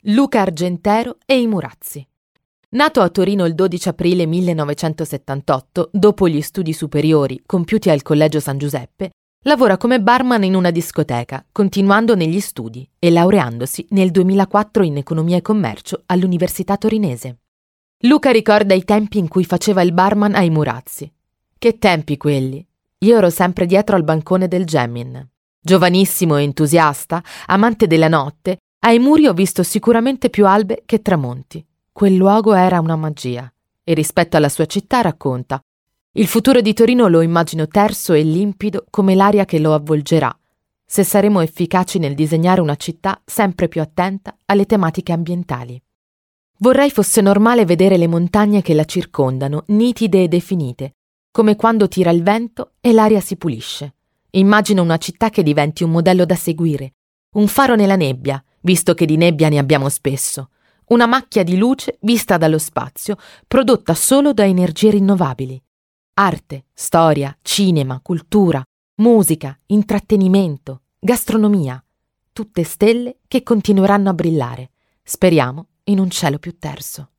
Luca Argentero e i Murazzi. Nato a Torino il 12 aprile 1978, dopo gli studi superiori compiuti al Collegio San Giuseppe, lavora come barman in una discoteca, continuando negli studi e laureandosi nel 2004 in Economia e Commercio all'Università Torinese. Luca ricorda i tempi in cui faceva il barman ai Murazzi. Che tempi quelli! Io ero sempre dietro al bancone del Gemmin. Giovanissimo e entusiasta, amante della notte, ai muri ho visto sicuramente più albe che tramonti. Quel luogo era una magia. E rispetto alla sua città racconta: il futuro di Torino lo immagino terso e limpido come l'aria che lo avvolgerà, se saremo efficaci nel disegnare una città sempre più attenta alle tematiche ambientali. Vorrei fosse normale vedere le montagne che la circondano, nitide e definite, come quando tira il vento e l'aria si pulisce. Immagino una città che diventi un modello da seguire, un faro nella nebbia, visto che di nebbia ne abbiamo spesso, una macchia di luce vista dallo spazio, prodotta solo da energie rinnovabili. Arte, storia, cinema, cultura, musica, intrattenimento, gastronomia, tutte stelle che continueranno a brillare, speriamo, in un cielo più terso.